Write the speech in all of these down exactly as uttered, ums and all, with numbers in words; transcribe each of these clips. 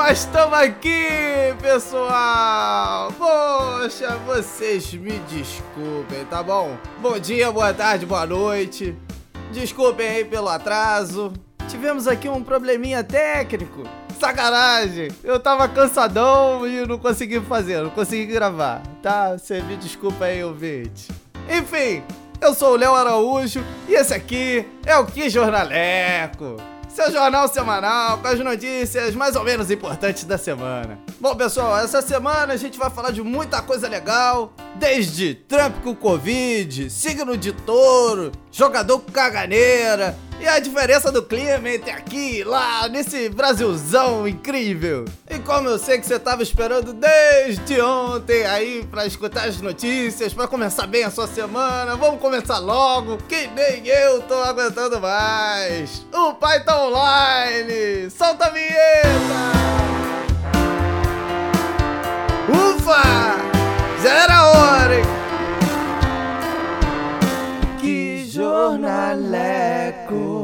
Nós estamos aqui, pessoal! Poxa, vocês me desculpem, tá bom? Bom dia, boa tarde, boa noite. Desculpem aí pelo atraso. Tivemos aqui um probleminha técnico. Sacanagem! Eu tava cansadão e não consegui fazer, não consegui gravar, tá? Você me desculpa aí, ouvinte. Enfim, eu sou o Léo Araújo e esse aqui é o Que Jornaleco, seu jornal semanal com as notícias mais ou menos importantes da semana. Bom, pessoal, essa semana a gente vai falar de muita coisa legal, desde Trump com Covid, signo de touro, jogador com caganeira e a diferença do clima entre aqui e lá, nesse Brasilzão incrível. E como eu sei que você tava esperando desde ontem aí pra escutar as notícias, pra começar bem a sua semana, vamos começar logo, que nem eu tô aguentando mais. O pai tá online, solta a vinheta! Ufa! Já era hora, hein? Que jornaleco!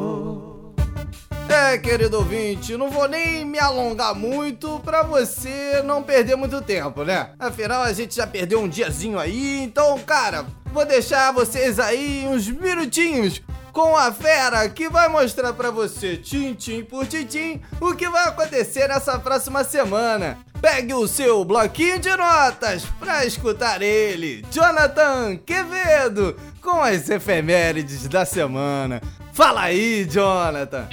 É, querido ouvinte, não vou nem me alongar muito pra você não perder muito tempo, né? Afinal, a gente já perdeu um diazinho aí, então, cara, vou deixar vocês aí uns minutinhos com a fera que vai mostrar pra você, tintim por tintim, o que vai acontecer nessa próxima semana. Pegue o seu bloquinho de notas pra escutar ele, Jonathan Quevedo, com as efemérides da semana. Fala aí, Jonathan.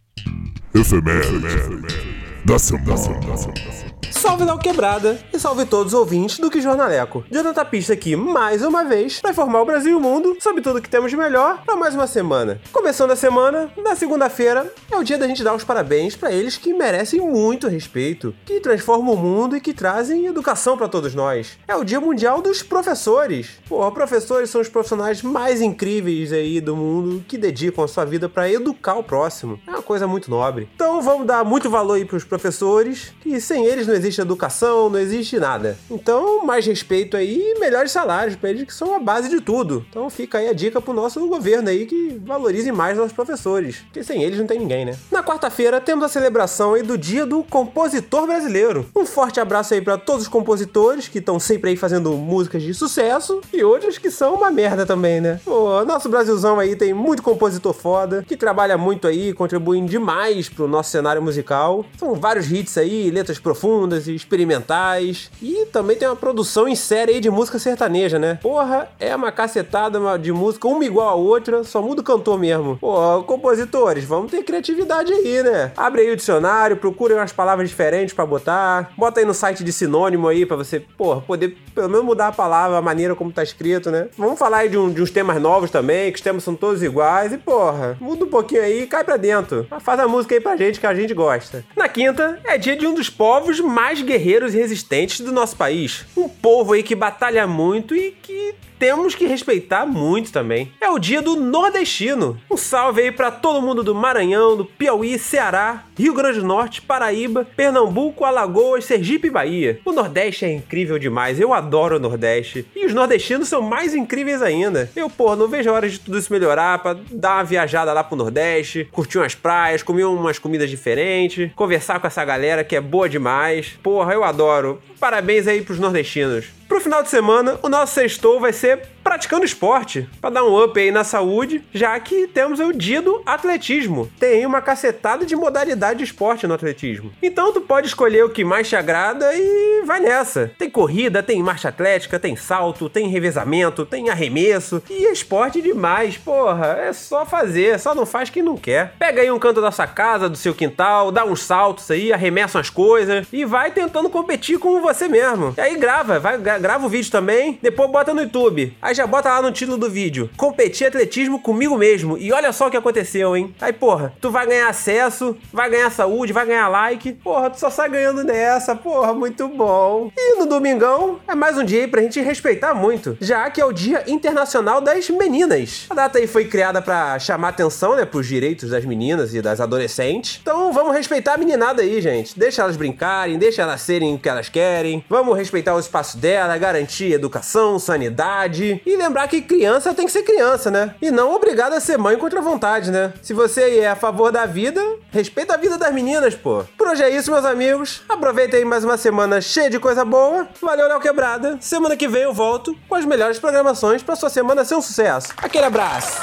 Efemérides da semana. Salve Léo Quebrada e salve todos os ouvintes do Que Jornaleco. Jonathan Pista aqui mais uma vez para informar o Brasil e o mundo sobre tudo que temos de melhor para mais uma semana. Começando a semana, na segunda-feira, é o dia da gente dar os parabéns para eles que merecem muito respeito, que transformam o mundo e que trazem educação para todos nós. É o Dia Mundial dos Professores. Porra, professores são os profissionais mais incríveis aí do mundo que dedicam a sua vida para educar o próximo. É uma coisa muito nobre. Então vamos dar muito valor aí pros professores, que sem eles não existe educação, não existe nada. Então, mais respeito aí e melhores salários para eles, que são a base de tudo. Então fica aí a dica pro nosso governo aí, que valorize mais nossos professores, porque sem eles não tem ninguém, né? Na quarta-feira temos a celebração aí do Dia do Compositor Brasileiro. Um forte abraço aí para todos os compositores que estão sempre aí fazendo músicas de sucesso e outros que são uma merda também, né? Pô, nosso Brasilzão aí tem muito compositor foda, que trabalha muito aí, contribuindo demais pro nosso cenário musical. São vários hits aí, letras profundas e experimentais, e também tem uma produção em série aí de música sertaneja, né? Porra, é uma cacetada de música, uma igual a outra, só muda o cantor mesmo. Pô, compositores, vamos ter criatividade aí, né? Abre aí o dicionário, procure umas palavras diferentes pra botar, bota aí no site de sinônimo aí pra você, porra, poder pelo menos mudar a palavra, a maneira como tá escrito, né? Vamos falar aí de, um, de uns temas novos também, que os temas são todos iguais, e porra, muda um pouquinho aí e cai pra dentro. Faz a música aí pra gente, que a gente gosta. Na quinta, é dia de um dos povos mais guerreiros e resistentes do nosso país. Um povo aí que batalha muito e que temos que respeitar muito também. É o dia do nordestino. Um salve aí pra todo mundo do Maranhão, do Piauí, Ceará, Rio Grande do Norte, Paraíba, Pernambuco, Alagoas, Sergipe e Bahia. O Nordeste é incrível demais, eu adoro o Nordeste. E os nordestinos são mais incríveis ainda. Eu, pô, não vejo a hora de tudo isso melhorar pra dar uma viajada lá pro Nordeste, curtir umas praias, comer umas comidas diferentes, conversar com essa galera que é boa demais. Porra, eu adoro. Parabéns aí pros nordestinos. Pro final de semana, o nosso sextou vai ser praticando esporte, para dar um up aí na saúde, já que temos o dia do atletismo. Tem uma cacetada de modalidade de esporte no atletismo. Então tu pode escolher o que mais te agrada e vai nessa. Tem corrida, tem marcha atlética, tem salto, tem revezamento, tem arremesso e é esporte demais, porra. É só fazer, só não faz quem não quer. Pega aí um canto da sua casa, do seu quintal, dá uns saltos aí, arremessa umas coisas e vai tentando competir com você mesmo. E aí grava, vai, grava o vídeo também, depois bota no YouTube. Aí já bota lá no título do vídeo: competir atletismo comigo mesmo. E olha só o que aconteceu, hein? Aí, porra, tu vai ganhar acesso, vai ganhar saúde, vai ganhar like. Porra, tu só sai ganhando nessa. Porra, muito bom. E no domingão é mais um dia aí pra gente respeitar muito, já que é o Dia Internacional das Meninas. A data aí foi criada pra chamar atenção, né, pros direitos das meninas e das adolescentes. Então vamos respeitar a meninada aí, gente. Deixa elas brincarem, deixa elas serem o que elas querem. Vamos respeitar o espaço dela, garantir educação, sanidade. também. E lembrar que criança tem que ser criança, né? E não obrigada a ser mãe contra a vontade, né? Se você aí é a favor da vida, respeita a vida das meninas, pô. Por hoje é isso, meus amigos. Aproveita aí mais uma semana cheia de coisa boa. Valeu, Léo Quebrada. Semana que vem eu volto com as melhores programações pra sua semana ser um sucesso. Aquele abraço.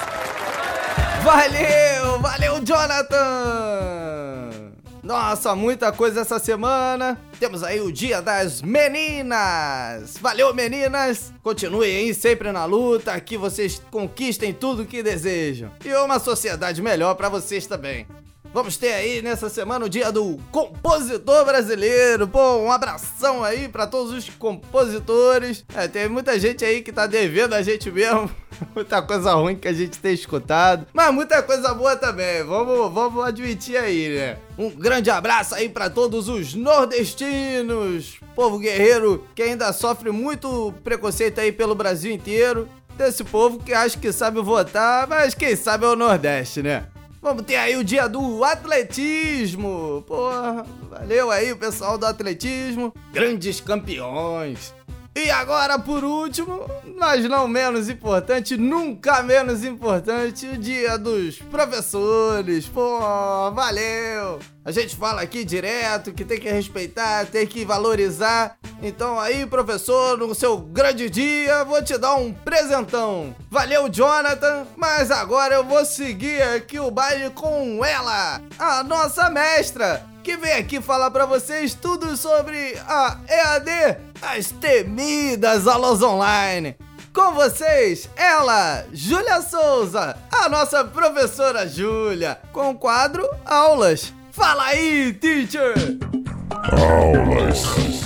Valeu, valeu, Jonathan! Nossa, muita coisa essa semana. Temos aí o Dia das Meninas. Valeu, meninas! Continuem aí sempre na luta, que vocês conquistem tudo que desejam. E uma sociedade melhor pra vocês também. Vamos ter aí nessa semana o dia do compositor brasileiro. Pô, um abração aí pra todos os compositores. É, tem muita gente aí que tá devendo a gente mesmo. Muita coisa ruim que a gente tem escutado, mas muita coisa boa também. Vamos, vamos admitir aí, né? Um grande abraço aí pra todos os nordestinos. Povo guerreiro que ainda sofre muito preconceito aí pelo Brasil inteiro. Desse povo que acha que sabe votar, mas quem sabe é o Nordeste, né? Vamos ter aí o dia do atletismo. Porra, valeu aí o pessoal do atletismo. Grandes campeões. E agora, por último, mas não menos importante, nunca menos importante, o dia dos professores. Pô, valeu! A gente fala aqui direto que tem que respeitar, tem que valorizar. Então aí, professor, no seu grande dia, vou te dar um presentão. Valeu, Jonathan, mas agora eu vou seguir aqui o baile com ela, a nossa mestra, que vem aqui falar pra vocês tudo sobre a E A D, as temidas aulas online. Com vocês, ela, Júlia Souza, a nossa professora Júlia, com o quadro Aulas. Fala aí, teacher! Aulas.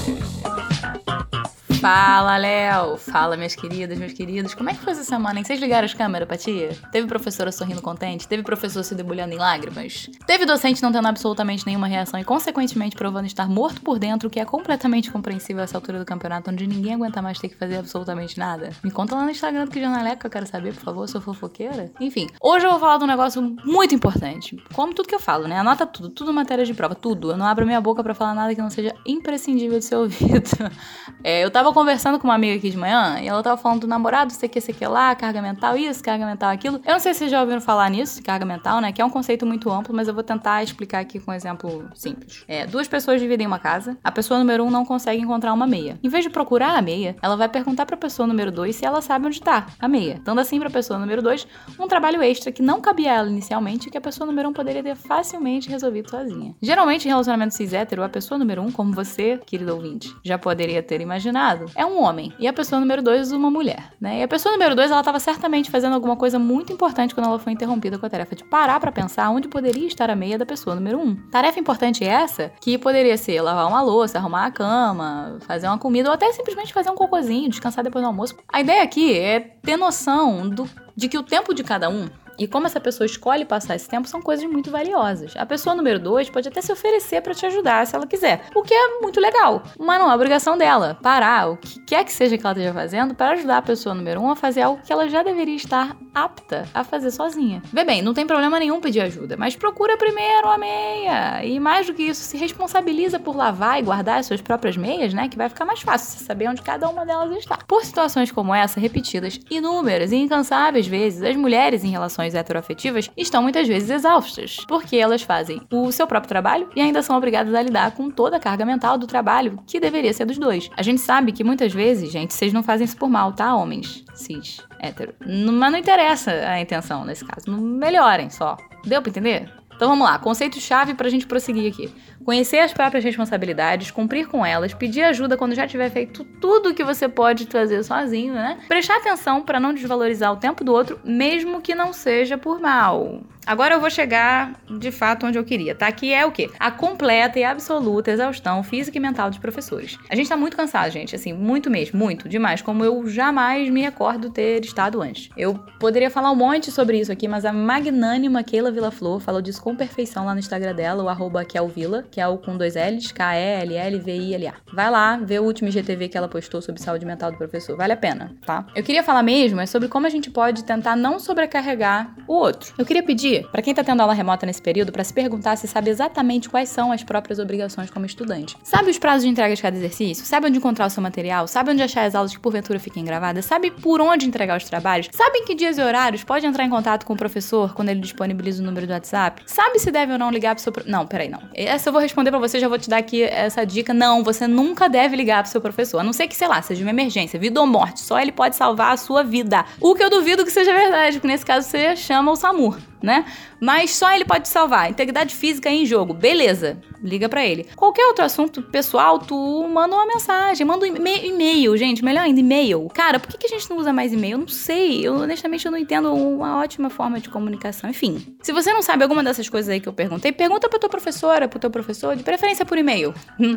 Fala, Léo! Fala, minhas queridas, meus queridos. Como é que foi essa semana, hein? Vocês ligaram as câmeras pra tia? Teve professora sorrindo contente? Teve professor se debulhando em lágrimas? Teve docente não tendo absolutamente nenhuma reação e, consequentemente, provando estar morto por dentro, o que é completamente compreensível a essa altura do campeonato, onde ninguém aguenta mais ter que fazer absolutamente nada? Me conta lá no Instagram do Que Jornaleco, que eu quero saber, por favor, sou fofoqueira. Enfim, hoje eu vou falar de um negócio muito importante. Como tudo que eu falo, né? Anota tudo, tudo matéria de prova, tudo. Eu não abro minha boca pra falar nada que não seja imprescindível de ser ouvido. É, eu tava conversando com uma amiga aqui de manhã e ela tava falando do namorado, sei que, sei que lá, carga mental isso, carga mental aquilo. Eu não sei se vocês já ouviram falar nisso, carga mental, né? Que é um conceito muito amplo, mas eu vou tentar explicar aqui com um exemplo simples. É, duas pessoas dividem uma casa, a pessoa número um não consegue encontrar uma meia. Em vez de procurar a meia, ela vai perguntar pra pessoa número dois se ela sabe onde tá a meia, dando assim pra pessoa número dois um trabalho extra que não cabia a ela inicialmente e que a pessoa número um poderia ter facilmente resolvido sozinha. Geralmente, em relacionamento cis hétero, a pessoa número um, como você, querido ouvinte, já poderia ter imaginado, é um homem, e a pessoa número dois uma mulher, né? E a pessoa número dois, ela estava certamente fazendo alguma coisa muito importante quando ela foi interrompida com a tarefa de parar para pensar onde poderia estar a meia da pessoa número um. Tarefa importante essa, que poderia ser lavar uma louça, arrumar a cama, fazer uma comida, ou até simplesmente fazer um cocôzinho, descansar depois do almoço. A ideia aqui é ter noção do, de que o tempo de cada um e como essa pessoa escolhe passar esse tempo são coisas muito valiosas. A pessoa número dois pode até se oferecer pra te ajudar se ela quiser, o que é muito legal, mas não é obrigação dela parar o que quer que seja que ela esteja fazendo para ajudar a pessoa número um a fazer algo que ela já deveria estar apta a fazer sozinha. Vê bem, não tem problema nenhum pedir ajuda, mas procura primeiro a meia, e mais do que isso, se responsabiliza por lavar e guardar as suas próprias meias, né, que vai ficar mais fácil você saber onde cada uma delas está. Por situações como essa, repetidas inúmeras e incansáveis vezes, as mulheres em relações heteroafetivas estão muitas vezes exaustas, porque elas fazem o seu próprio trabalho e ainda são obrigadas a lidar com toda a carga mental do trabalho, que deveria ser dos dois. A gente sabe que muitas vezes, gente, vocês não fazem isso por mal, tá, homens cis, hétero. Mas não interessa a intenção nesse caso, não melhorem só. Deu pra entender? Então vamos lá, conceito-chave pra gente prosseguir aqui. Conhecer as próprias responsabilidades, cumprir com elas, pedir ajuda quando já tiver feito tudo que você pode fazer sozinho, né? Prestar atenção pra não desvalorizar o tempo do outro, mesmo que não seja por mal. Agora eu vou chegar, de fato, onde eu queria, tá? Que é o quê? A completa e absoluta exaustão física e mental dos professores. A gente tá muito cansado, gente, assim, muito mesmo, muito, demais, como eu jamais me recordo ter estado antes. Eu poderia falar um monte sobre isso aqui, mas a magnânima Keila Villaflor falou disso com perfeição lá no Instagram dela, o arroba Kelvila, que é o com dois L's, K E L L V I L A. Vai lá, vê o último I G T V que ela postou sobre saúde mental do professor, vale a pena, tá? Eu queria falar mesmo é sobre como a gente pode tentar não sobrecarregar o outro. Eu queria pedir pedir pra quem tá tendo aula remota nesse período pra se perguntar se sabe exatamente quais são as próprias obrigações como estudante. Sabe os prazos de entrega de cada exercício? Sabe onde encontrar o seu material? Sabe onde achar as aulas que porventura fiquem gravadas? Sabe por onde entregar os trabalhos? Sabe em que dias e horários pode entrar em contato com o professor quando ele disponibiliza o número do WhatsApp? Sabe se deve ou não ligar pro seu... Pro... Não, peraí, não. Essa eu vou responder pra você, já vou te dar aqui essa dica. Não, você nunca deve ligar pro seu professor. A não ser que, sei lá, seja uma emergência, vida ou morte. Só ele pode salvar a sua vida. O que eu duvido que seja verdade, porque nesse caso você chama o SAMU, né? Mas só ele pode te salvar. Integridade física em jogo. Beleza, liga pra ele. Qualquer outro assunto pessoal, tu manda uma mensagem, manda um e-mail, gente, melhor ainda, e-mail. Cara, por que que a gente não usa mais e-mail? Eu não sei, eu honestamente eu não entendo uma ótima forma de comunicação. Enfim, se você não sabe alguma dessas coisas aí que eu perguntei, pergunta pra tua professora, pro teu professor, de preferência por e-mail.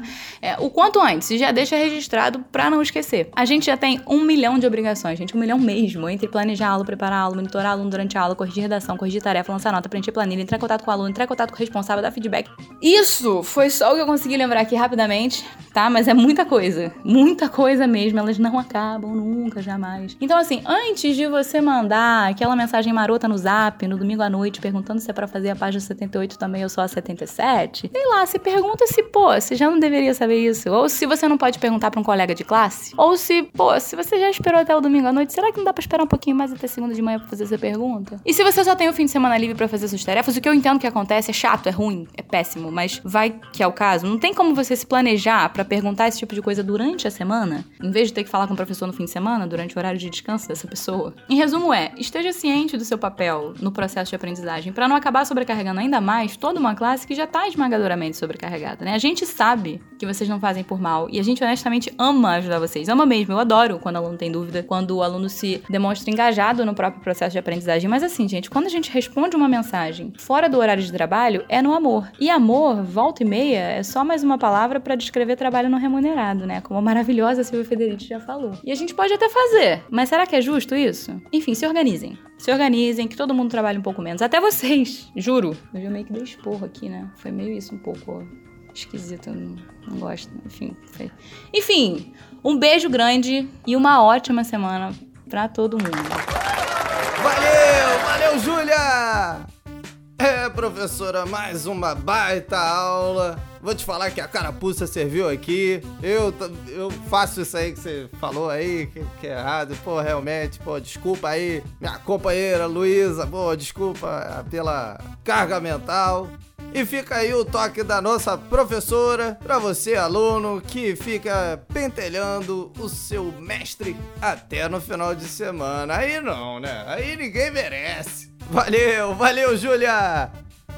É, o quanto antes, e já deixa registrado pra não esquecer. A gente já tem um milhão de obrigações, gente, um milhão mesmo, entre planejar a aula, preparar a aula, monitorar aluno durante a aula, corrigir redação, corrigir tarefa, lançar nota, preencher planilha, entrar em contato com o aluno, entrar em contato com o responsável, dar feedback. Isso foi só o que eu consegui lembrar aqui rapidamente, tá? Mas é muita coisa. Muita coisa mesmo. Elas não acabam nunca, jamais. Então, assim, antes de você mandar aquela mensagem marota no Zap, no domingo à noite, perguntando se é pra fazer a página setenta e oito também ou só a setenta e sete, sei lá, se pergunta se, pô, você já não deveria saber isso. Ou se você não pode perguntar pra um colega de classe. Ou se, pô, se você já esperou até o domingo à noite, será que não dá pra esperar um pouquinho mais até segunda de manhã pra fazer essa pergunta? E se você só tem o fim de semana livre pra fazer suas tarefas, o que eu entendo que acontece é chato, é ruim, é péssimo, mas vai que é o caso. Não tem como você se planejar pra perguntar esse tipo de coisa durante a semana, em vez de ter que falar com o professor no fim de semana, durante o horário de descanso dessa pessoa. Em resumo é, esteja ciente do seu papel no processo de aprendizagem pra não acabar sobrecarregando ainda mais toda uma classe que já tá esmagadoramente sobrecarregada, né? A gente sabe que vocês não fazem por mal e a gente honestamente ama ajudar vocês, ama mesmo, eu adoro quando o aluno tem dúvida, quando o aluno se demonstra engajado no próprio processo de aprendizagem, mas assim, gente, quando a gente responde uma mensagem fora do horário de trabalho, é no amor. E amor, volta e meia, é só mais uma palavra pra descrever trabalho não remunerado, né? Como a maravilhosa Silvia Federici já falou. E a gente pode até fazer, mas será que é justo isso? Enfim, se organizem. Se organizem, que todo mundo trabalhe um pouco menos. Até vocês, juro. Eu já meio que dei esporro aqui, né? Foi meio isso um pouco esquisito, eu não, não gosto. Enfim, foi... Enfim, um beijo grande e uma ótima semana pra todo mundo. Valeu, valeu, Júlia! É, professora, mais uma baita aula. Vou te falar que a carapuça serviu aqui. Eu, eu faço isso aí que você falou aí, que, que é errado. Pô, realmente, pô, desculpa aí. Minha companheira Luísa, pô, desculpa pela carga mental. E fica aí o toque da nossa professora pra você, aluno, que fica pentelhando o seu mestre até no final de semana. Aí não, né? Aí ninguém merece. Valeu, valeu, Júlia!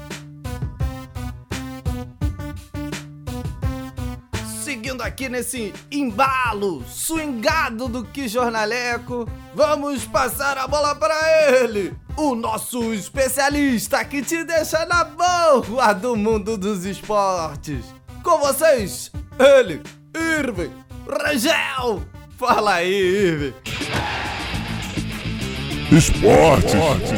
Seguindo aqui nesse embalo swingado do Que Jornaleco, vamos passar a bola para ele, o nosso especialista que te deixa na boa do mundo dos esportes. Com vocês, ele, Irving Rangel. Fala aí, Irving. Esporte.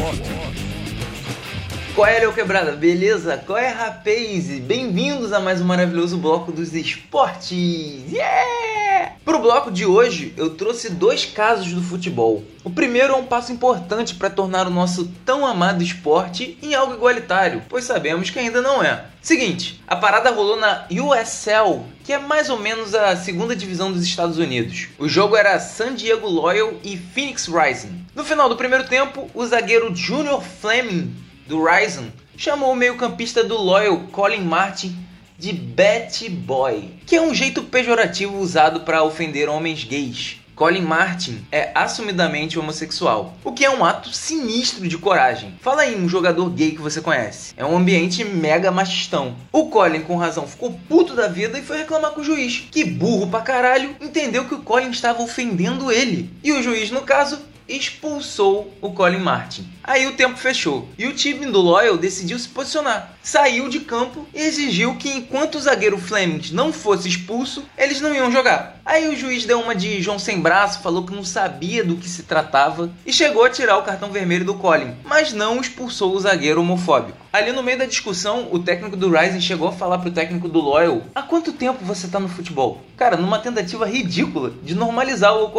Qual é, Léo Quebrada? Beleza? Qual é, rapaz? Bem-vindos a mais um maravilhoso bloco dos esportes! Yeah! Pro bloco de hoje, eu trouxe dois casos do futebol. O primeiro é um passo importante para tornar o nosso tão amado esporte em algo igualitário, pois sabemos que ainda não é. Seguinte, a parada rolou na U S L, que é mais ou menos a segunda divisão dos Estados Unidos. O jogo era San Diego Loyal e Phoenix Rising. No final do primeiro tempo, o zagueiro Junior Fleming do Rising chamou o meio-campista do Loyal, Colin Martin, de Bat Boy, que é um jeito pejorativo usado para ofender homens gays. Colin Martin é assumidamente homossexual, o que é um ato sinistro de coragem. Fala aí um jogador gay que você conhece. É um ambiente mega machistão. O Colin, com razão, ficou puto da vida e foi reclamar com o juiz, que burro pra caralho, entendeu que o Colin estava ofendendo ele. E o juiz, no caso, expulsou o Colin Martin. Aí o tempo fechou e o time do Loyal decidiu se posicionar. Saiu de campo e exigiu que enquanto o zagueiro Fleming não fosse expulso, eles não iam jogar. Aí o juiz deu uma de João sem braço, falou que não sabia do que se tratava e chegou a tirar o cartão vermelho do Colin, mas não expulsou o zagueiro homofóbico. Ali no meio da discussão, o técnico do Rising chegou a falar pro técnico do Loyal: há quanto tempo você tá no futebol? Cara, numa tentativa ridícula de normalizar o ocorrido.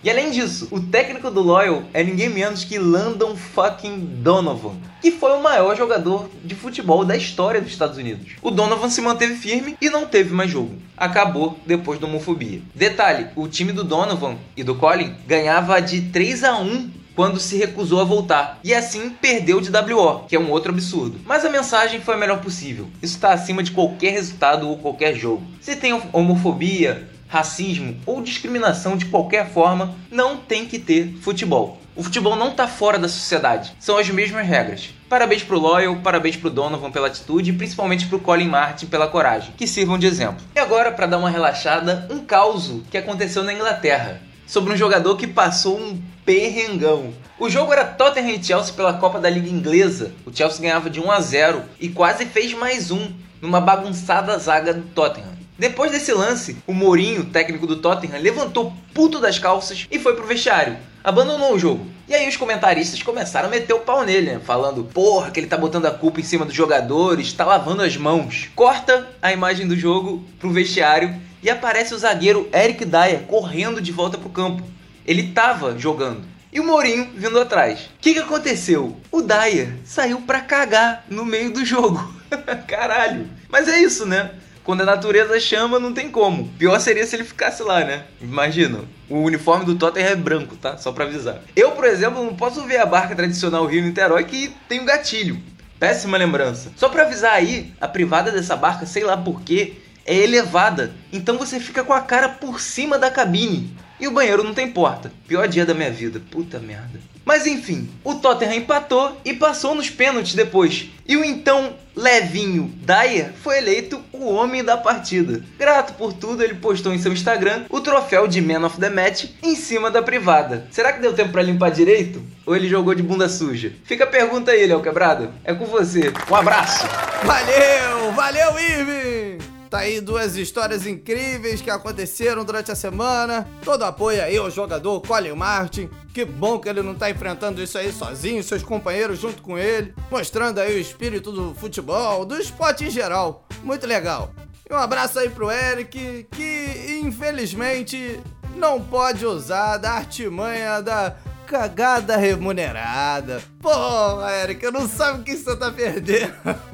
E além disso, o técnico do Loyal é ninguém menos que Landon fucking Donovan, que foi o maior jogador de futebol da história dos Estados Unidos. O Donovan se manteve firme e não teve mais jogo. Acabou depois da homofobia. Detalhe, o time do Donovan e do Colin ganhava de três a um quando se recusou a voltar, e assim perdeu de W O, que é um outro absurdo. Mas a mensagem foi a melhor possível. Isso está acima de qualquer resultado ou qualquer jogo. Se tem homofobia, racismo ou discriminação de qualquer forma, não tem que ter futebol. O futebol não está fora da sociedade, são as mesmas regras. Parabéns pro Loyal, parabéns pro Donovan pela atitude e principalmente pro Colin Martin pela coragem, que sirvam de exemplo. E agora, para dar uma relaxada, um caos que aconteceu na Inglaterra, sobre um jogador que passou um perrengão. O jogo era Tottenham e Chelsea pela Copa da Liga Inglesa. O Chelsea ganhava de um a zero e quase fez mais um, numa bagunçada zaga do Tottenham. Depois desse lance, o Mourinho, técnico do Tottenham, levantou puto das calças e foi pro vestiário. Abandonou o jogo. E aí os comentaristas começaram a meter o pau nele, né? Falando, porra, que ele tá botando a culpa em cima dos jogadores, tá lavando as mãos. Corta a imagem do jogo pro vestiário e aparece o zagueiro Eric Dyer correndo de volta pro campo. Ele tava jogando. E o Mourinho vindo atrás. O que que aconteceu? O Dyer saiu pra cagar no meio do jogo. Caralho. Mas é isso, né? Quando a natureza chama, não tem como. Pior seria se ele ficasse lá, né? Imagina. O uniforme do Tottenham é branco, tá? Só pra avisar. Eu, por exemplo, não posso ver a barca tradicional Rio-Niterói que tem um gatilho. Péssima lembrança. Só pra avisar aí, a privada dessa barca, sei lá porquê, é elevada. Então você fica com a cara por cima da cabine. E o banheiro não tem porta. Pior dia da minha vida. Puta merda. Mas enfim, o Tottenham empatou e passou nos pênaltis depois. E o então levinho Dyer foi eleito o homem da partida. Grato por tudo, ele postou em seu Instagram o troféu de Man of the Match em cima da privada. Será que deu tempo pra limpar direito? Ou ele jogou de bunda suja? Fica a pergunta aí, Léo Quebrado. É com você. Um abraço. Valeu, valeu, Irving! Tá aí duas histórias incríveis que aconteceram durante a semana. Todo apoio aí ao jogador Colin Martin. Que bom que ele não tá enfrentando isso aí sozinho, seus companheiros junto com ele. Mostrando aí o espírito do futebol, do esporte em geral. Muito legal. E um abraço aí pro Eric, que infelizmente não pode usar da artimanha da cagada remunerada. Pô, Eric, eu não sabe o que você tá perdendo.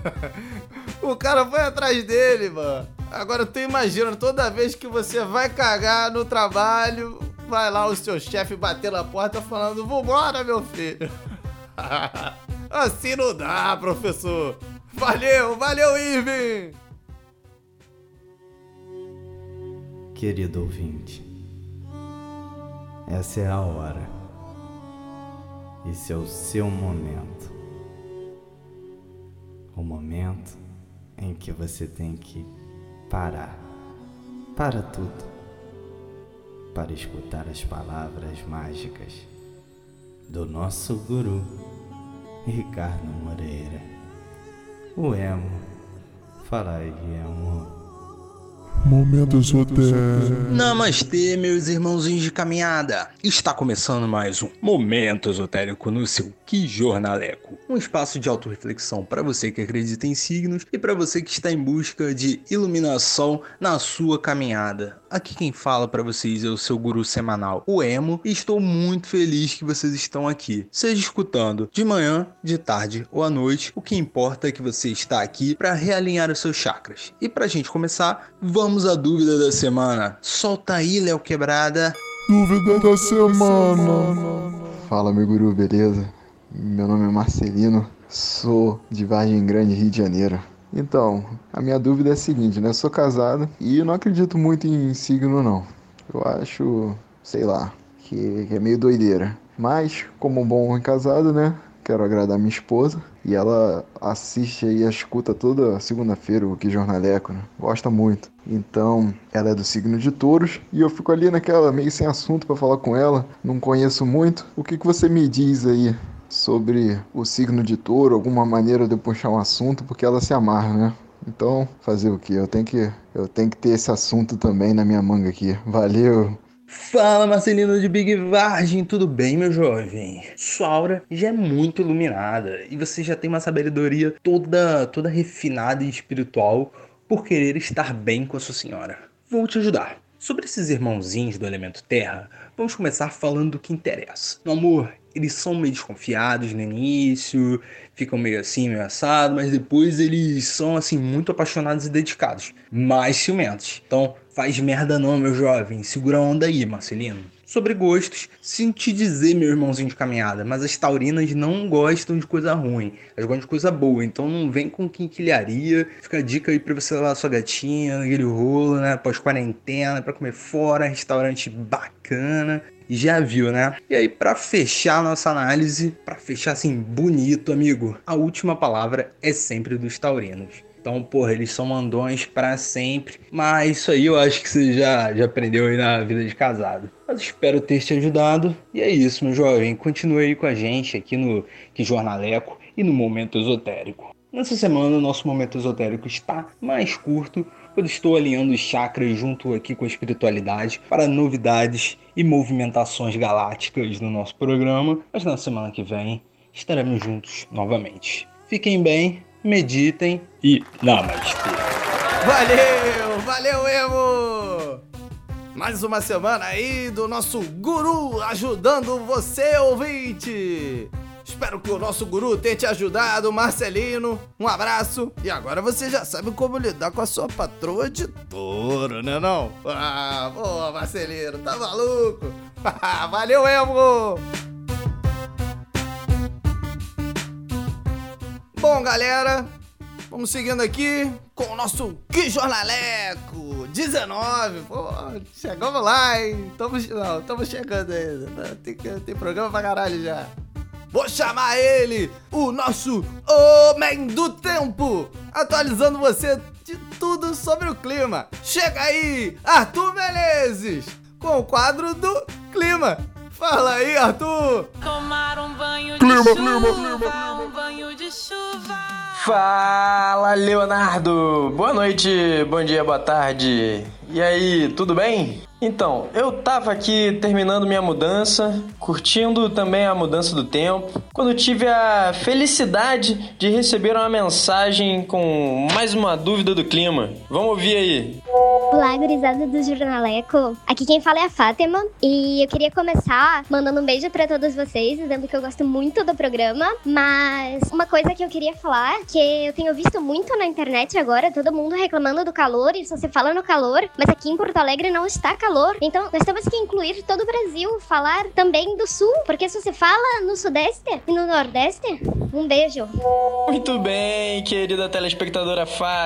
O cara foi atrás dele, mano. Agora tu imagina, toda vez que você vai cagar no trabalho, vai lá o seu chefe bater na porta falando, vambora, meu filho. Assim não dá, professor. Valeu, valeu, Irving. Querido ouvinte, essa é a hora. Esse é o seu momento. O momento em que você tem que parar. Para tudo. Para escutar as palavras mágicas do nosso guru, Ricardo Moreira. O emo. Fala aí, emo. Momento esotérico. Namastê, meus irmãozinhos de caminhada. Está começando mais um Momento Esotérico no seu Que Jornaleco. Um espaço de autorreflexão para você que acredita em signos e para você que está em busca de iluminação na sua caminhada. Aqui quem fala para vocês é o seu guru semanal, o Emo, e estou muito feliz que vocês estão aqui. Seja escutando de manhã, de tarde ou à noite, o que importa é que você está aqui para realinhar os seus chakras. E para a gente começar, vamos à dúvida da semana. Solta aí, Léo Quebrada. Dúvida da semana. Fala, meu guru, beleza? Meu nome é Marcelino, sou de Vargem Grande, Rio de Janeiro. Então, a minha dúvida é a seguinte, né? Eu sou casado e eu não acredito muito em signo, não. Eu acho, sei lá, que, que é meio doideira. Mas, como um bom homem casado, né? Quero agradar minha esposa. E ela assiste aí, escuta toda segunda-feira o Que Jornaleco, né? Gosta muito. Então, ela é do signo de Touros. E eu fico ali naquela, meio sem assunto pra falar com ela. Não conheço muito. O que, que você me diz aí sobre o signo de Touro? Alguma maneira de eu puxar um assunto? Porque ela se amarra, né? Então, fazer o quê? Eu tenho que, eu tenho que ter esse assunto também na minha manga aqui. Valeu! Fala, Marcelino de Big Vargem, tudo bem, meu jovem? Sua aura já é muito iluminada e você já tem uma sabedoria toda, toda refinada e espiritual por querer estar bem com a sua senhora. Vou te ajudar. Sobre esses irmãozinhos do elemento terra, Vamos começar falando do que interessa. No amor, eles são meio desconfiados no início, ficam meio assim, meio assado, mas depois eles são assim muito apaixonados e dedicados, mais ciumentos. Então, faz merda não, meu jovem, segura a onda aí, Marcelino. Sobre gostos, sinto te dizer, meu irmãozinho de caminhada, mas as taurinas não gostam de coisa ruim, elas gostam de coisa boa, então não vem com quinquilharia. Fica a dica aí pra você levar a sua gatinha, naquele rolo, né, pós-quarentena, pra comer fora, restaurante bacana. Já viu, né? E aí, pra fechar nossa análise, pra fechar assim bonito, amigo, a última palavra é sempre dos taurinos. Então, porra, eles são mandões pra sempre. Mas isso aí eu acho que você já, já aprendeu aí na vida de casado. Mas espero ter te ajudado. E é isso, meu jovem. Continue aí com a gente aqui no Que Jornaleco e no Momento Esotérico. Nessa semana, o nosso Momento Esotérico está mais curto. Eu estou alinhando os chakras junto aqui com a espiritualidade para novidades e movimentações galácticas no nosso programa. Mas na semana que vem estaremos juntos novamente. Fiquem bem, meditem e namastê. Valeu, valeu, Emo! Mais uma semana aí do nosso guru ajudando você, ouvinte! Espero que o nosso guru tenha te ajudado, Marcelino. Um abraço. E agora você já sabe como lidar com a sua patroa de touro, né não? Ah, pô, Marcelino, tá maluco? Valeu, Emo! Bom, galera, vamos seguindo aqui com o nosso Que Jornaleco dezenove. Pô, chegamos lá, hein? Tamo, não, tamo chegando ainda. Tem, tem programa pra caralho já. Vou chamar ele, o nosso Homem do Tempo, atualizando você de tudo sobre o clima. Chega aí, Arthur Menezes, com o quadro do clima. Fala aí, Arthur. Tomar um banho de Clima, chuva, clima, clima, clima. um banho de chuva. Fala, Leonardo! Boa noite, bom dia, boa tarde. E aí, tudo bem? Então, eu tava aqui terminando minha mudança, curtindo também a mudança do tempo, quando tive a felicidade de receber uma mensagem com mais uma dúvida do clima. Vamos ouvir aí. Olá, gurizada do Jornaleco. Aqui quem fala é a Fátima e eu queria começar mandando um beijo pra todos vocês, dizendo que eu gosto muito do programa, mas uma coisa que eu queria falar, que eu tenho visto muito na internet agora, todo mundo reclamando do calor e só se fala no calor, mas aqui em Porto Alegre não está calor, então nós temos que incluir todo o Brasil, falar também do Sul, porque só se fala no Sudeste e no Nordeste. Um beijo. Muito bem, querida telespectadora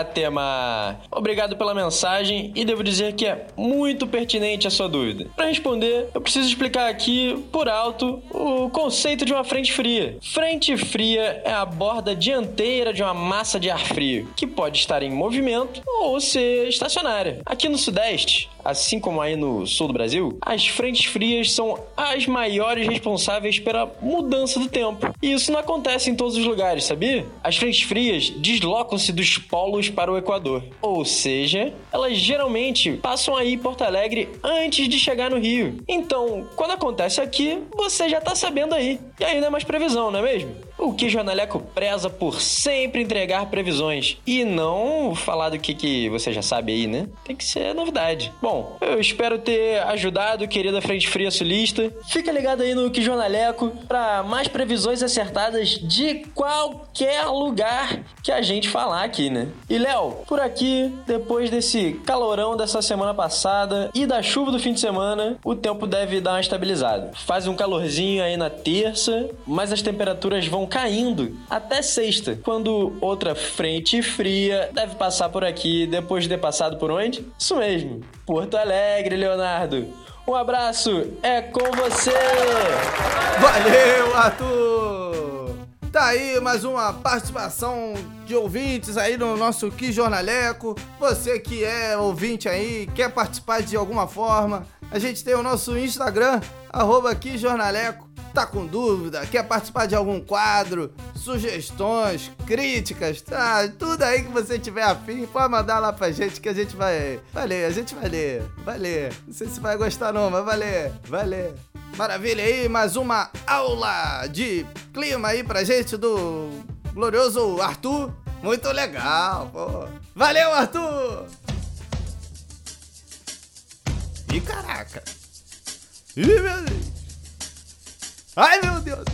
Fátima. Obrigado pela mensagem e devo dizer que é muito pertinente a sua dúvida. Para responder, eu preciso explicar aqui, por alto, o conceito de uma frente fria. Frente fria é a borda dianteira de uma massa de ar frio, que pode estar em movimento ou ser estacionária. Aqui no Sudeste, assim como aí no sul do Brasil, as frentes frias são as maiores responsáveis pela mudança do tempo. E isso não acontece em todos os lugares, sabia? As frentes frias deslocam-se dos polos para o Equador. Ou seja, elas geralmente passam aí em Porto Alegre antes de chegar no Rio. Então, quando acontece aqui, você já tá sabendo aí. E aí não é mais previsão, não é mesmo? O Que Jornaleco preza por sempre entregar previsões e não falar do que, que você já sabe aí, né? Tem que ser novidade. Bom, eu espero ter ajudado, querida frente fria sulista. Fica ligado aí no Que Jornaleco para mais previsões acertadas de qualquer lugar que a gente falar aqui, né? E Léo, por aqui, depois desse calorão dessa semana passada e da chuva do fim de semana, o tempo deve dar uma estabilizada. Faz um calorzinho aí na terça, mas as temperaturas vão caindo até sexta, quando outra frente fria deve passar por aqui depois de ter passado por onde? Isso mesmo, Porto Alegre, Leonardo. Um abraço, é com você! Valeu, Arthur! Tá aí mais uma participação de ouvintes aí no nosso Que Jornaleco. Você que é ouvinte aí, quer participar de alguma forma, a gente tem o nosso Instagram, arroba Que Jornaleco. Tá com dúvida? Quer participar de algum quadro? Sugestões, críticas, tá? Tudo aí que você tiver afim, pode mandar lá pra gente que a gente vai, vai ler, a gente vai ler, vai ler. Não sei se vai gostar não, mas vai ler, vai ler. Maravilha aí, mais uma aula de clima aí pra gente do glorioso Arthur. Muito legal, pô. Valeu, Arthur! Ih, caraca. Ih, meu Deus. Ai, meu Deus.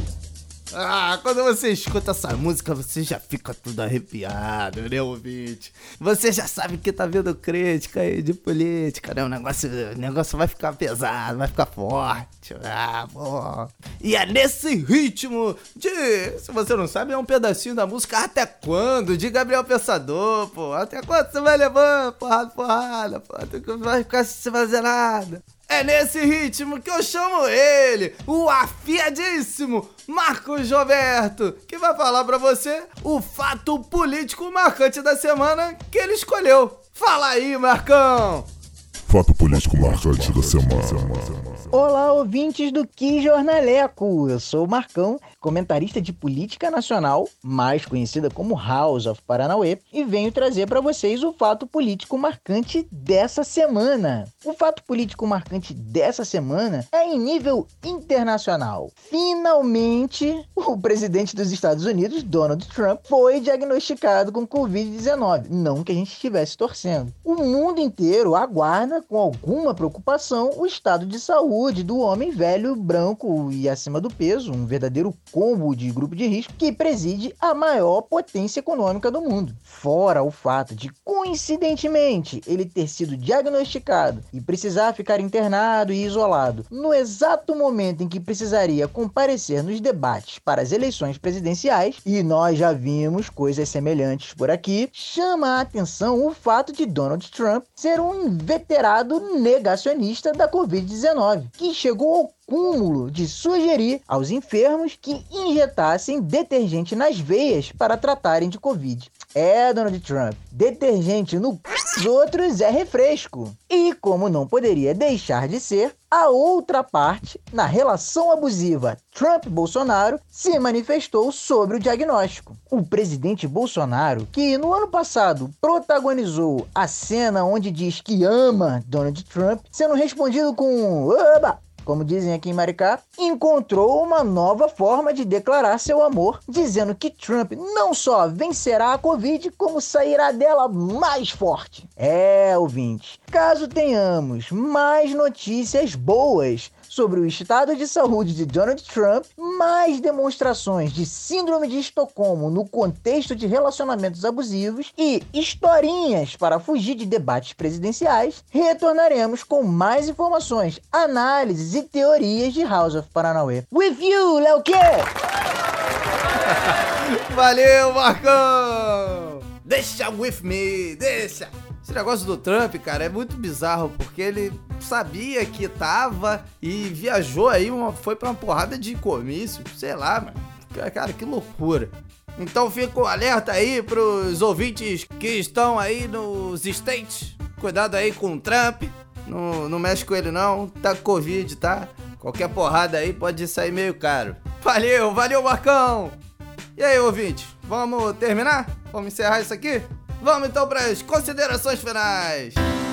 Ah, quando você escuta essa música, você já fica tudo arrepiado, né, ouvinte? Você já sabe que tá vendo crítica aí de política, né? O negócio, o negócio vai ficar pesado, vai ficar forte. Ah, pô. E é nesse ritmo de... Se você não sabe, é um pedacinho da música Até Quando? De Gabriel Pensador, pô. Até quando você vai levando porrada, porrada, pô? Até quando vai ficar sem fazer nada? É nesse ritmo que eu chamo ele, o afiadíssimo Marcos Roberto, que vai falar pra você o fato político marcante da semana que ele escolheu. Fala aí, Marcão! Fato político marcante da semana. Olá, ouvintes do Que Jornaleco! Eu sou o Marcão, comentarista de política nacional, mais conhecida como House of Paranauê, e venho trazer para vocês o fato político marcante dessa semana. O fato político marcante dessa semana é em nível internacional. Finalmente, o presidente dos Estados Unidos, Donald Trump, foi diagnosticado com covid dezenove. Não que a gente estivesse torcendo. O mundo inteiro aguarda com alguma preocupação o estado de saúde do homem velho, branco e acima do peso, um verdadeiro combo de grupo de risco que preside a maior potência econômica do mundo. Fora o fato de, coincidentemente, ele ter sido diagnosticado e precisar ficar internado e isolado no exato momento em que precisaria comparecer nos debates para as eleições presidenciais, e nós já vimos coisas semelhantes por aqui, chama a atenção o fato de Donald Trump ser um inveterado negacionista da covid dezenove, que chegou ao cúmulo de sugerir aos enfermos que injetassem detergente nas veias para tratarem de Covid. É, Donald Trump, detergente no c... dos outros é refresco. E como não poderia deixar de ser, a outra parte, na relação abusiva Trump-Bolsonaro, se manifestou sobre o diagnóstico. O presidente Bolsonaro, que no ano passado protagonizou a cena onde diz que ama Donald Trump, sendo respondido com "Oba!", como dizem aqui em Maricá, encontrou uma nova forma de declarar seu amor, dizendo que Trump não só vencerá a Covid, como sairá dela mais forte. É, ouvinte, caso tenhamos mais notícias boas sobre o estado de saúde de Donald Trump, mais demonstrações de síndrome de Estocolmo no contexto de relacionamentos abusivos e historinhas para fugir de debates presidenciais, retornaremos com mais informações, análises e teorias de House of Paranauê. With you, Léo Quê? Valeu, Marcão! Deixa with me, deixa! Esse negócio do Trump, cara, é muito bizarro, porque ele sabia que tava e viajou aí, uma, foi pra uma porrada de comício, sei lá, mano. Cara, que loucura. Então fica um alerta aí pros ouvintes que estão aí nos States. Cuidado aí com o Trump, não, não mexe com ele não, tá com Covid, tá? Qualquer porrada aí pode sair meio caro. Valeu, valeu, Marcão! E aí, ouvinte, vamos terminar? Vamos encerrar isso aqui? Vamos então para as considerações finais.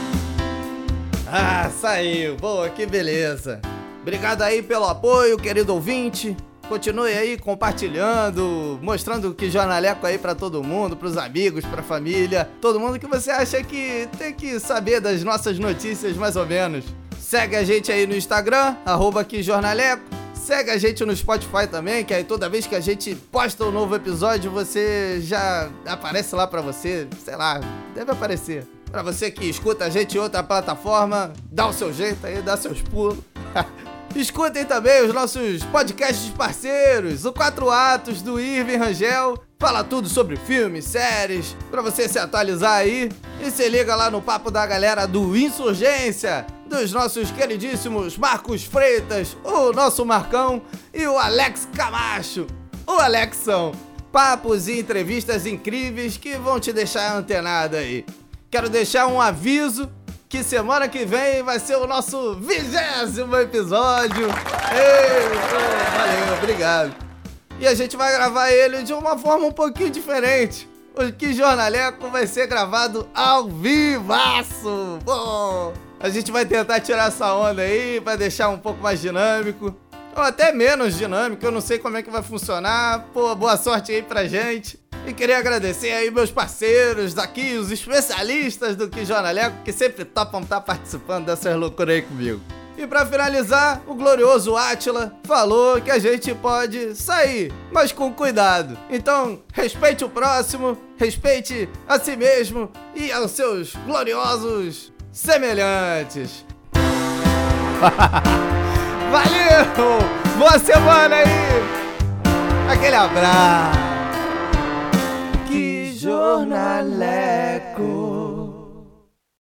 Ah, saiu. Boa, que beleza. Obrigado aí pelo apoio, querido ouvinte. Continue aí compartilhando, mostrando o Que Jornaleco aí pra todo mundo, pros amigos, pra família, todo mundo que você acha que tem que saber das nossas notícias mais ou menos. Segue a gente aí no Instagram, arroba Que Jornaleco. Segue a gente no Spotify também, que aí toda vez que a gente posta um novo episódio, você já aparece lá pra você, sei lá, deve aparecer. Pra você que escuta a gente em outra plataforma, dá o seu jeito aí, dá seus pulos. Escutem também os nossos podcasts parceiros, o Quatro Atos do Irving Rangel, fala tudo sobre filmes, séries, pra você se atualizar aí. E se liga lá no papo da galera do Insurgência, dos nossos queridíssimos Marcos Freitas, o nosso Marcão e o Alex Camacho, o Alexão. Papos e entrevistas incríveis que vão te deixar antenado aí. Quero deixar um aviso que semana que vem vai ser o nosso vigésimo episódio. Ei, pô, valeu, obrigado. E a gente vai gravar ele de uma forma um pouquinho diferente. O Que Jornaleco vai ser gravado ao vivaço. Pô, a gente vai tentar tirar essa onda aí pra deixar um pouco mais dinâmico. Ou até menos dinâmico, eu não sei como é que vai funcionar. Pô, boa sorte aí pra gente. E queria agradecer aí meus parceiros daqui, os especialistas do Que Jornaleco, que sempre topam estar participando dessas loucuras aí comigo. E pra finalizar, o glorioso Átila falou que a gente pode sair, mas com cuidado. Então, respeite o próximo, respeite a si mesmo e aos seus gloriosos semelhantes. Valeu! Boa semana aí! Aquele abraço! Que jornalé!